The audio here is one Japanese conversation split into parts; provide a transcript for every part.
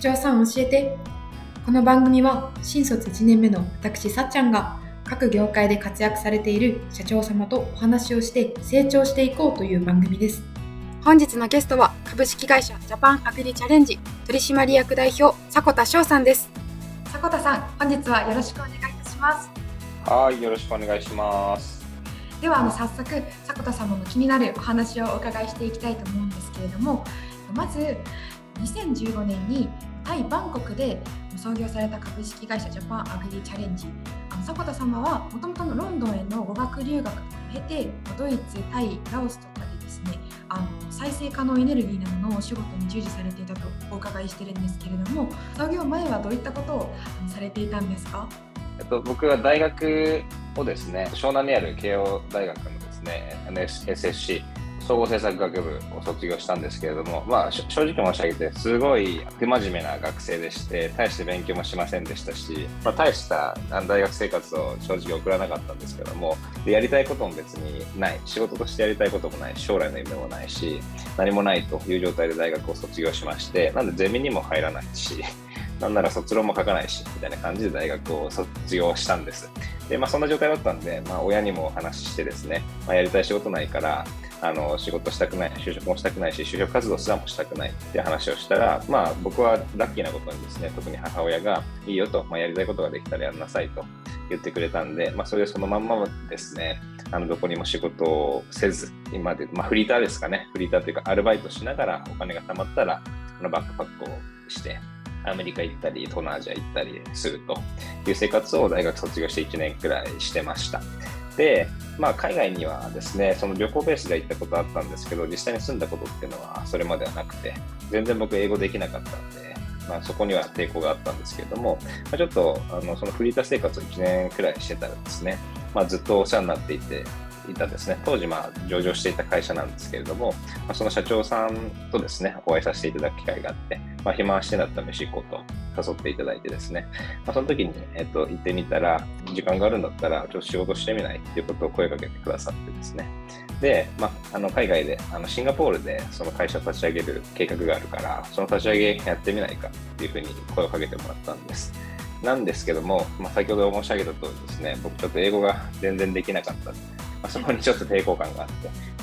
長さん教えて。この番組は新卒1年目の私さっちゃんが各業界で活躍されている社長様とお話をして成長していこうという番組です。本日のゲストは株式会社ジャパンアグリチャレンジ取締役代表迫田翔さんです。迫田さん、本日はよろしくお願いいたします。 はい、よろしくお願いします。 では早速迫田様の気になるお話をお伺いしていきたいと思うんですけれども、まず2015年にタイ・バンコクで創業された株式会社ジャパンアグリチャレンジ、迫田様はもともとのロンドンへの語学留学を経て、ドイツ、タイ、ラオスとかでですね、再生可能エネルギーなどのお仕事に従事されていたとお伺いしてるんですけれども、創業前はどういったことをされていたんですか？ 僕は大学をですね、湘南にある慶応大学のですね、SSC 総合政策学部を卒業したんですけれども、正直申し上げてすごい不真面目な学生でして、大して勉強もしませんでしたし、大した大学生活を正直送らなかったんですけども、やりたいことも別にない、仕事としてやりたいこともない、将来の夢もないし、何もないという状態で大学を卒業しまして、なんでゼミにも入らないし、なんなら卒論も書かないしみたいな感じで大学を卒業したんです。で、そんな状態だったんで、親にもお話ししてですね、やりたい仕事ないから仕事したくない、就職もしたくないし、就職活動すらもしたくないっていう話をしたら、僕はラッキーなことにですね、特に母親がいいよと、やりたいことができたらやんなさいと言ってくれたんで、それでそのまんまですね、どこにも仕事をせず、今で、フリーターですかね、フリーターというかアルバイトしながらお金が貯まったら、バックパックをして、アメリカ行ったり、東南アジア行ったりするという生活を大学卒業して1年くらいしてました。で、海外にはですね、その旅行ベースで行ったことあったんですけど、実際に住んだことっていうのはそれまではなくて、全然僕英語できなかったんで、そこには抵抗があったんですけれども、ちょっとそのフリーター生活を1年くらいしてたらですね、ずっとお世話になっていたですね、当時上場していた会社なんですけれども、その社長さんとですね、お会いさせていただく機会があって、暇してなったら飯行こうと誘っていただいてですね、その時に、行ってみたら、時間があるんだったら、ちょっと仕事してみないっていうことを声かけてくださってですね、で、海外で、シンガポールでその会社を立ち上げる計画があるから、その立ち上げやってみないかっていうふうに声をかけてもらったんです。なんですけども、先ほど申し上げた通りですね、僕ちょっと英語が全然できなかった。そこにちょっと抵抗感があって、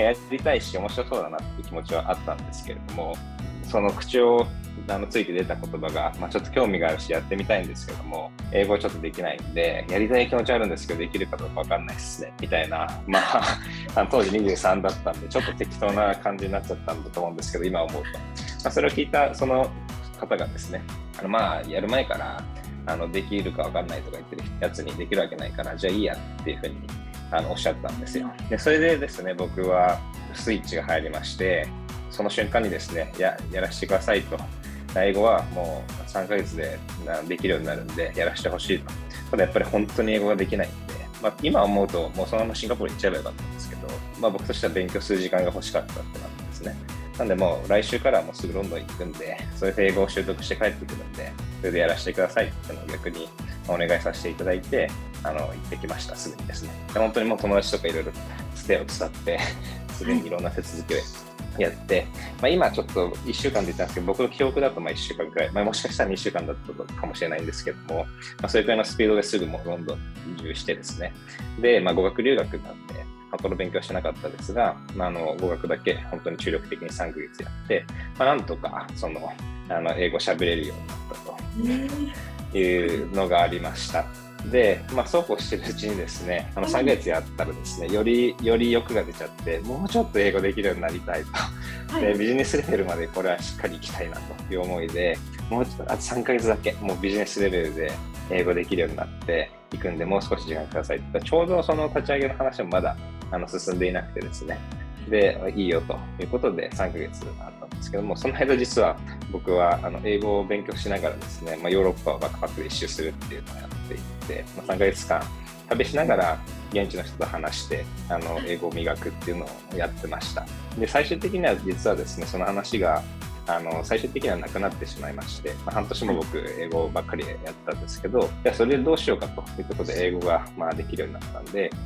やりたいし面白そうだなっていう気持ちはあったんですけれども、その口をついて出た言葉が、ちょっと興味があるしやってみたいんですけども、英語ちょっとできないんで、やりたい気持ちあるんですけどできるかどうかわかんないですね、みたいな、当時23だったんで、ちょっと適当な感じになっちゃったんだと思うんですけど、今思うと。それを聞いたその方がですね、やる前から、できるかわかんないとか言ってるやつにできるわけないから、じゃあいいやっていうふうにおっしゃったんですよ。で、それでですね、僕はスイッチが入りまして、その瞬間にですね、やらせてくださいと。英語はもう3ヶ月でできるようになるんで、やらせてほしいと。ただやっぱり本当に英語ができないんで、今思うともうそのままシンガポール行っちゃえばよかったんですけど、僕としては勉強する時間が欲しかったってなったんですね。なんでもう来週からもうすぐロンドン行くんで、それで英語を習得して帰ってくるんで、それでやらせてくださいっていうのを逆にお願いさせていただいて、行ってきました、すぐにですね。で本当にもう友達とかいろいろつてを伝って、すでにいろんな手続きをやって、今ちょっと1週間で言ったんですけど、僕の記憶だと1週間くらい、もしかしたら2週間だったかもしれないんですけども、それくらいのスピードですぐもうロンドンに移住してですね、で、語学留学なんで、ほと勉強してなかったですが、語学だけ本当に注力的に3ヶ月やって、なんとか英語喋れるようになったというのがありました。で、そうこうしてるうちにですね、3ヶ月やったらですね、より欲が出ちゃって、もうちょっと英語できるようになりたいと。で、ビジネスレベルまでこれはしっかり行きたいなという思いで、もうちょっとあと3ヶ月だけ、もうビジネスレベルで英語できるようになっていくんで、もう少し時間くださいって。ちょうどその立ち上げの話もまだ進んでいなくてですね、で、いいよということで3ヶ月あったんですけども、その間実は僕は英語を勉強しながらですね、ヨーロッパをバックパックで一周するっていうのをやっていって、3ヶ月間旅しながら現地の人と話して英語を磨くっていうのをやってました。で、最終的には実はですね、その話が最終的にはなくなってしまいまして、半年も僕英語ばっかりやったんですけど、じゃあそれでどうしようかということで英語ができるようになったんで、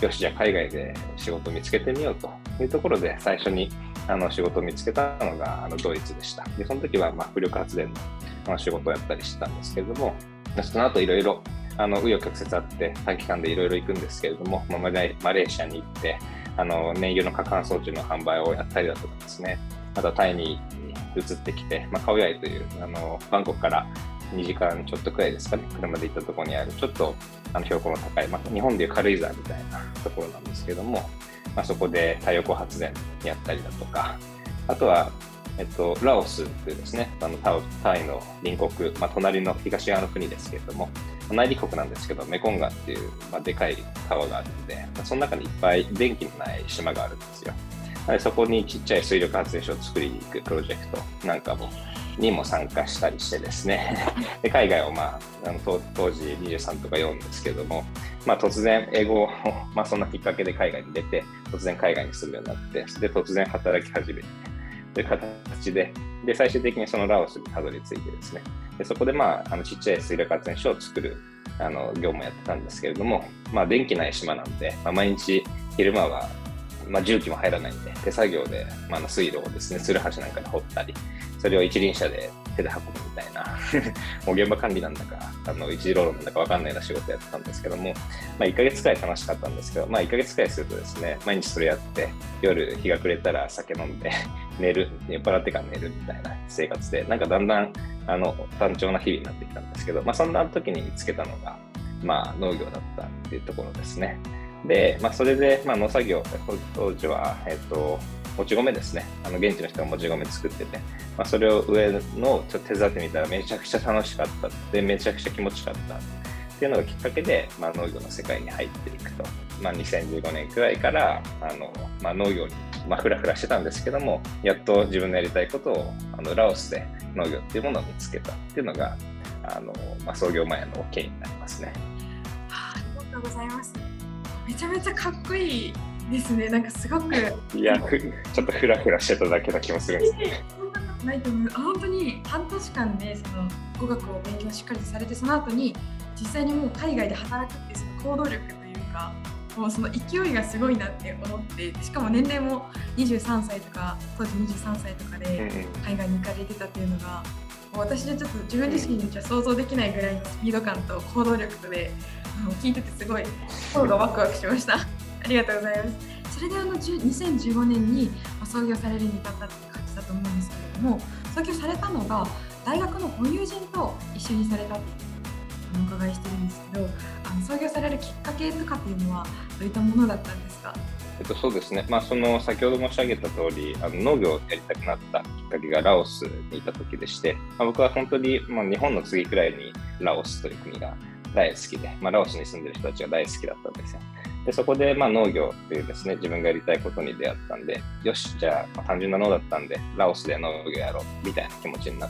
よし、じゃあ海外で仕事を見つけてみようというところで、最初に仕事を見つけたのがドイツでした。で、その時は風力発電の仕事をやったりしてたんですけれども、その後いろいろ紆余曲折あって短期間でいろいろ行くんですけれども、マレーシアに行って燃油の攪拌装置の販売をやったりだとかですね、またタイに移ってきて、カオヤイというバンコクから2時間ちょっとくらいですかね、車で行ったところにあるちょっと標高の高い、日本でいう軽井沢みたいなところなんですけども、そこで太陽光発電やったりだとか、あとはラオスというですね、タイの隣国、隣の東側の国ですけれども、内陸国なんですけど、メコン川っていう、でかい川があるので、その中にいっぱい電気のない島があるんですよ。そこにちっちゃい水力発電所を作りに行くプロジェクトなんかにも参加したりしてですね、で海外を当時23とか4ですけども、突然英語をそんなきっかけで海外に出て、突然海外に住むようになって、で突然働き始めて、という形で、最終的にそのラオスにたどり着いてですね、でそこでちっちゃい水力発電所を作る業務をやってたんですけれども、電気ない島なんで、毎日昼間は重機も入らないんで、手作業で水路をですね、ツルハシなんかで掘ったり、それを一輪車で手で運ぶみたいな、もう現場管理なんだか、一時労働なんだか分かんないような仕事やってたんですけども、1ヶ月くらい楽しかったんですけど、1ヶ月くらいするとですね、毎日それやって、夜日が暮れたら酒飲んで、寝る、酔っ払ってから寝るみたいな生活で、だんだん単調な日々になってきたんですけど、そんな時に見つけたのが、農業だったっていうところですね。で、それで、農作業、当時は、もち米ですね。現地の人がもち米作ってて、それを植えるのをちょっと手伝ってみたらめちゃくちゃ楽しかった。で、めちゃくちゃ気持ちよかった。っていうのがきっかけで、農業の世界に入っていくと。2015年くらいから、農業に、フラフラしてたんですけども、やっと自分のやりたいことを、ラオスで農業っていうものを見つけたっていうのが、創業前の経緯になりますね。 ありがとうございます。めちゃめちゃかっこいいですね。なんかすごくいや、ちょっとフラフラしてただけな気もするんですけど、 そんなことないと思う。本当に半年間でその語学を勉強しっかりされて、その後に実際にもう海外で働くっていうその行動力というか、もうその勢いがすごいなって思って、しかも年齢も23歳とか当時23歳とかで海外に行かれてたっていうのが、私はちょっと自分自身には想像できないぐらいのスピード感と行動力で聞いててすごい心がワクワクしました。ありがとうございます。それで2015年に創業されるに至ったっていう感じだと思うんですけれども、創業されたのが大学のご友人と一緒にされたってお伺いしてるんですけど、創業されるきっかけとかっていうのはどういったものだったんですか？ そうですね、その先ほど申し上げた通り、農業をやりたくなったきっかけがラオスにいた時でして、僕は本当に、日本の次くらいにラオスという国が大好きで、ラオスに住んでる人たちが大好きだったんですよ。でそこで農業というですね、自分がやりたいことに出会ったんで、よし、じゃあ、単純な脳だったんで、ラオスで農業やろうみたいな気持ちになって、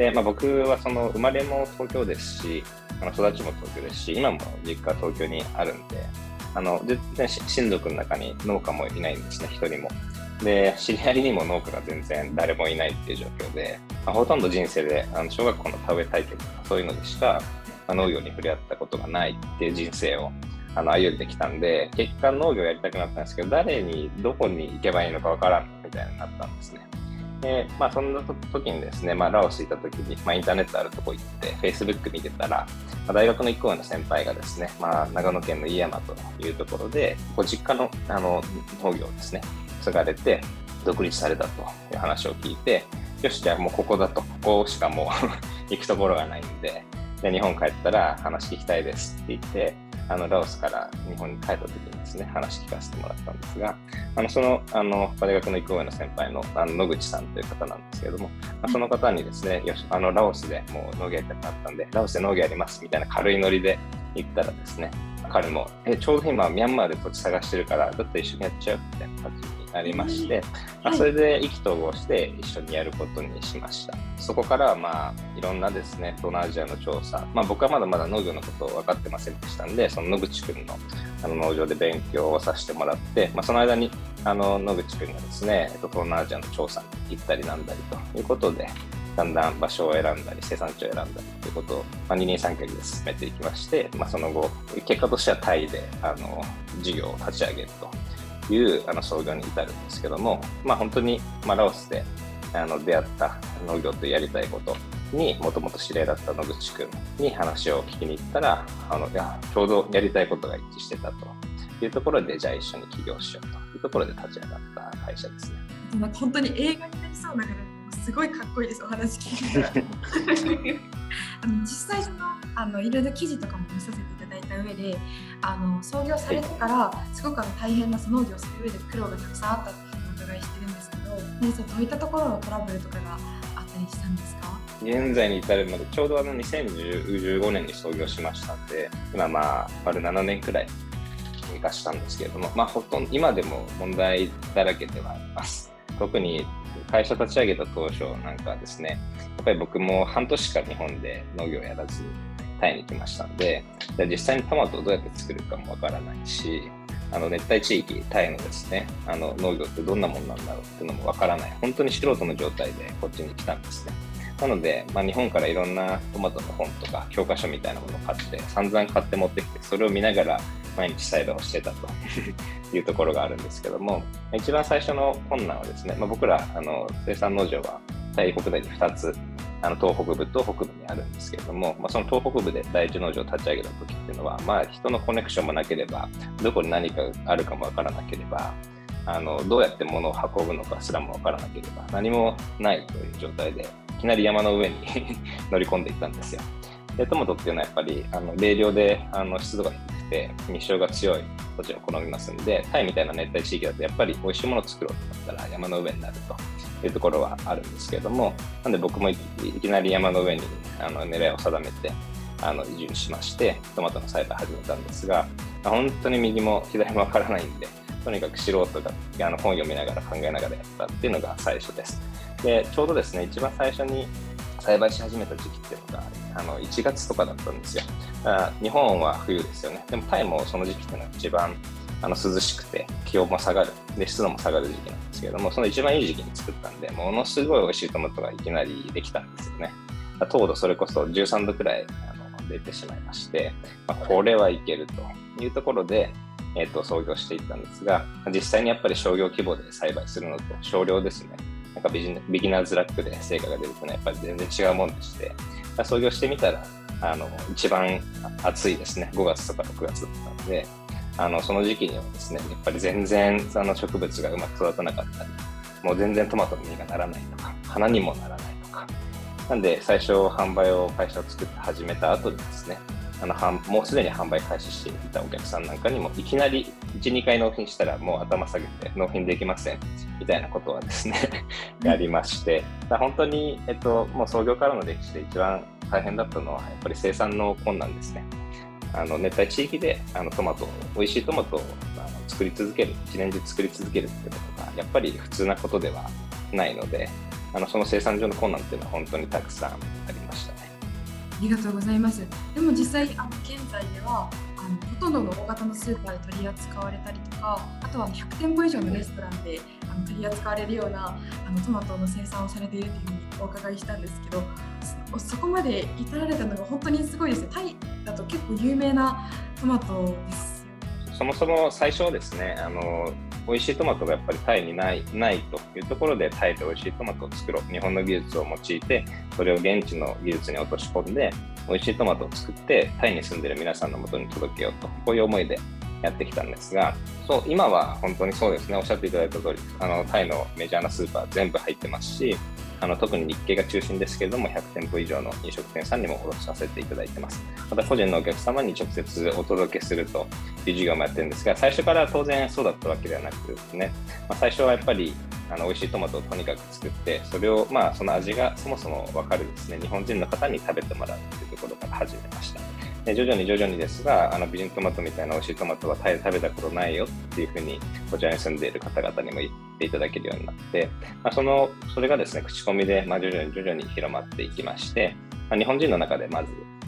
で僕はその生まれも東京ですし、育ちも東京ですし、今も実家は東京にあるんで、全然親族の中に農家もいないんですね、一人も。で、知り合いにも農家が全然誰もいないっていう状況で、ほとんど人生で小学校の田植え体験とかそういうのでしか農業に触れ合ったことがないっていう人生を歩んできたんで、結果農業やりたくなったんですけど、誰にどこに行けばいいのかわからんみたいになったんですね。で、そんな時にですね、ラオスいた時に、インターネットあるとこ行って、Facebook 見てたら、大学の1個上の先輩がですね、長野県の飯山というところで、ご実家の農業をですね、継がれて、独立されたという話を聞いて、よし、じゃあもうここだと、ここしかもう行くところがないんで、日本帰ったら話聞きたいですって言って、ラオスから日本に帰った時にですね、話聞かせてもらったんですが、その大学の1個上の先輩の野口さんという方なんですけれども、その方にですね、よし、ラオスでもう農業やりたくなったんで、ラオスで農業やりますみたいな軽いノリで言ったらですね、彼も、ちょうど今ミャンマーで土地探してるから、だって一緒にやっちゃうみたいな感じになりまして、それで意気投合して一緒にやることにしました。そこからいろんなですね、東南アジアの調査、僕はまだまだ農業のことを分かってませんでしたんで、その野口くんの農場で勉強をさせてもらって、その間に野口くんがですね、東南アジアの調査に行ったりなんだりということで、 だんだん場所を選んだり生産地を選んだりということを、二人三脚で進めていきまして、その後結果としてはタイで事業を立ち上げるという創業に至るんですけども、本当にラオスで出会った農業とやりたいことにもともと知り合いだった野口くんに話を聞きに行ったらいやちょうどやりたいことが一致してたというところで、じゃあ一緒に起業しようというところで立ち上がった会社ですね。 本当に映画になりそうながらすごいかっこいいです、お話聞いてたら実際いろいろ記事とかも見させていただいた上で創業されてからすごく大変な農業をする上で苦労がたくさんあったっていうのをお伺いしてるんですけど、どういったところのトラブルとかがあったりしたんですか？ 現在に至るまでちょうど2015年に創業しましたんで、今丸7年くらい経過したんですけれども、ほとんど今でも問題だらけではあります。特に会社立ち上げた当初なんかですね、やっぱり僕も半年しか日本で農業をやらずにタイに来ましたんで、実際にトマトをどうやって作るかもわからないし、熱帯地域タイのですね農業ってどんなものなんだろうっていうのもわからない、本当に素人の状態でこっちに来たんですね。なので、日本からいろんなトマトの本とか教科書みたいなものを買って散々買って持ってきて、それを見ながら毎日栽培をしてたというところがあるんですけども、一番最初の困難はですね、僕ら生産農場はタイ国内に2つ東北部と北部にあるんですけれども、その東北部で第一農場を立ち上げた時っていうのは、人のコネクションもなければ、どこに何かがあるかもわからなければ、どうやって物を運ぶのかすらもわからなければ、何もないという状態でいきなり山の上に乗り込んでいったんですよ。でトマトっていうのはやっぱり冷涼で湿度が低くて日照が強い土地を好みますので、タイみたいな熱帯地域だとやっぱり美味しいものを作ろうと思ったら山の上になるというところはあるんですけれども、なんで僕もいきなり山の上に狙いを定めて移住しましてトマトの栽培を始めたんですが、本当に右も左もわからないんで、とにかく素人が本読みながら考えながらやったっていうのが最初です。でちょうどですね、一番最初に栽培し始めた時期っていうのが1月とかだったんですよ。日本は冬ですよね。でもタイもその時期っていうのは一番涼しくて気温も下がるで湿度も下がる時期なんですけれども、その一番いい時期に作ったんで、ものすごい美味しいトマトがいきなりできたんですよね。糖度それこそ13度くらい出てしまいまして、これはいけるというところで創業していったんですが、実際にやっぱり商業規模で栽培するのと少量ですね、なんかビギナーズラックで成果が出るというのはやっぱり全然違うもんでして、創業してみたら一番暑いですね5月とか6月だったので、その時期にはですねやっぱり全然植物がうまく育たなかったり、もう全然トマトの実がならないとか花にもならないとか、なんで最初販売を会社を作って始めた後にですね、もうすでに販売開始していたお客さんなんかにもいきなり 1,2 回納品したらもう頭下げて納品できませんみたいなことはですねやりまして、本当に、もう創業からの歴史で一番大変だったのはやっぱり生産の困難ですね。熱帯地域で美味しいトマトを作り続ける、一年中作り続けるってことがやっぱり普通なことではないので、その生産上の困難っていうのは本当にたくさんありましたね。 ありがとうございます。でも実際現在ではほとんどの大型のスーパーで取り扱われたりとか、あとは100店舗以上のレストランで取り扱われるようなトマトの生産をされているというふうにお伺いしたんですけど、そこまで至られたのが本当にすごいですね。タイだと結構有名なトマトですよ。 そもそも最初はですね、美味しいトマトがやっぱりタイにないというところで、タイで美味しいトマトを作ろう、日本の技術を用いてそれを現地の技術に落とし込んで美味しいトマトを作ってタイに住んでいる皆さんの元に届けようと、こういう思いでやってきたんですが、今は本当にそうですね、おっしゃっていただいた通りタイのメジャーなスーパー全部入ってますし、特に日系が中心ですけれども100店舗以上の飲食店さんにも卸させていただいてます。また個人のお客様に直接お届けするという事業もやってるんですが、最初から当然そうだったわけではなくてですね、最初はやっぱり美味しいトマトをとにかく作って、それをその味がそもそも分かるですね日本人の方に食べてもらうというところから始めました。で徐々にですが美人トマトみたいな美味しいトマトはタイで食べたことないよっていうふうにこちらに住んでいる方々にも言っていただけるようになって、それがですね口コミで徐々に広まっていきまして、日本人の中でまず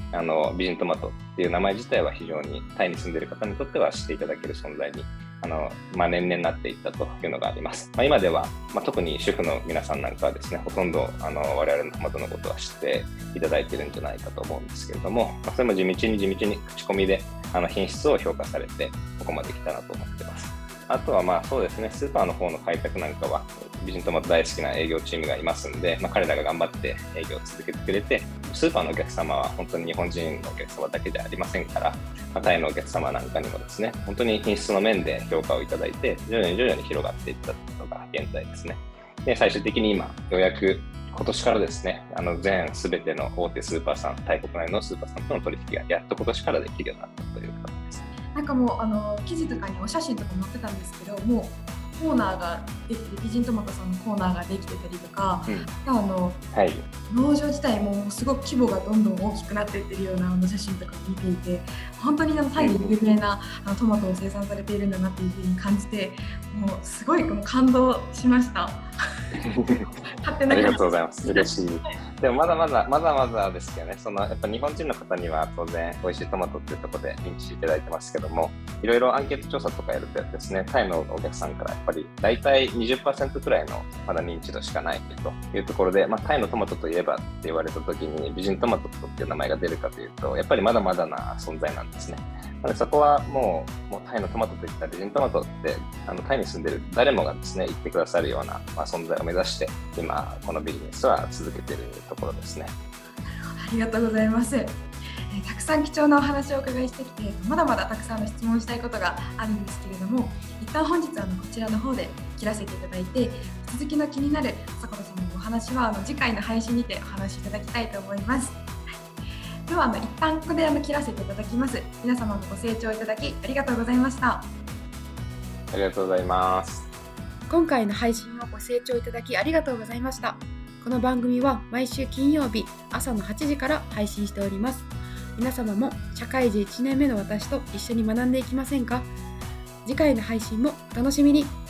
美人トマトっていう名前自体は非常にタイに住んでいる方にとっては知っていただける存在に年々なっていったというのがあります。今では、特に主婦の皆さんなんかはですね、ほとんど我々のトマトのことは知っていただいているんじゃないかと思うんですけれども、それも地道に口コミで品質を評価されてここまで来たなと思ってます。あとはそうですね、スーパーの方の開拓なんかは美人トマト大好きな営業チームがいますんで、彼らが頑張って営業を続けてくれて、スーパーのお客様は本当に日本人のお客様だけではありませんから、タイのお客様なんかにもですね、本当に品質の面で評価をいただいて、徐々に広がっていったのが現在ですね。で、最終的に今、ようやく今年からですね、全すべての大手スーパーさん、タイ国内のスーパーさんとの取引がやっと今年からできるようになったという形です。 なんかもう記事とかにお写真とか載ってたんですけど、もうコーナーができて、美人トマトさんのコーナーができてたりとか、 はい、 農場自体もすごく規模がどんどん大きくなっていってるような写真とか見ていて、本当にタイで有名なトマトを生産されているんだなっていうふうに感じて、もうすごい感動しました。 ありがとうございます。嬉しい。でもまだまだですけどね、やっぱ日本人の方には当然美味しいトマトっていうところで認知いただいてますけども、いろいろアンケート調査とかやるとですね、タイのお客さんからやっぱり大体 20% くらいのまだ認知度しかないというところで、タイのトマトといえばって言われた時に美人トマトっていう名前が出るかというと、やっぱりまだまだな存在なんですね。なのでそこはもうタイのトマトといったら美人トマトってタイに住んでる誰もがですね言ってくださるような、存在を目指して今このビジネスは続けているところですね。 ありがとうございます。たくさん貴重なお話をお伺いしてきて、まだまだたくさんの質問したいことがあるんですけれども、一旦本日はこちらの方で切らせていただいて、続きの気になる迫田さんのお話は次回の配信にてお話しいただきたいと思います。では一旦ここで切らせていただきます。皆様のご清聴いただきありがとうございました。 ありがとうございます。 今回の配信をご清聴いただきありがとうございました。この番組は毎週金曜日朝の8時から配信しております。皆様も社会人1年目の私と一緒に学んでいきませんか？次回の配信もお楽しみに。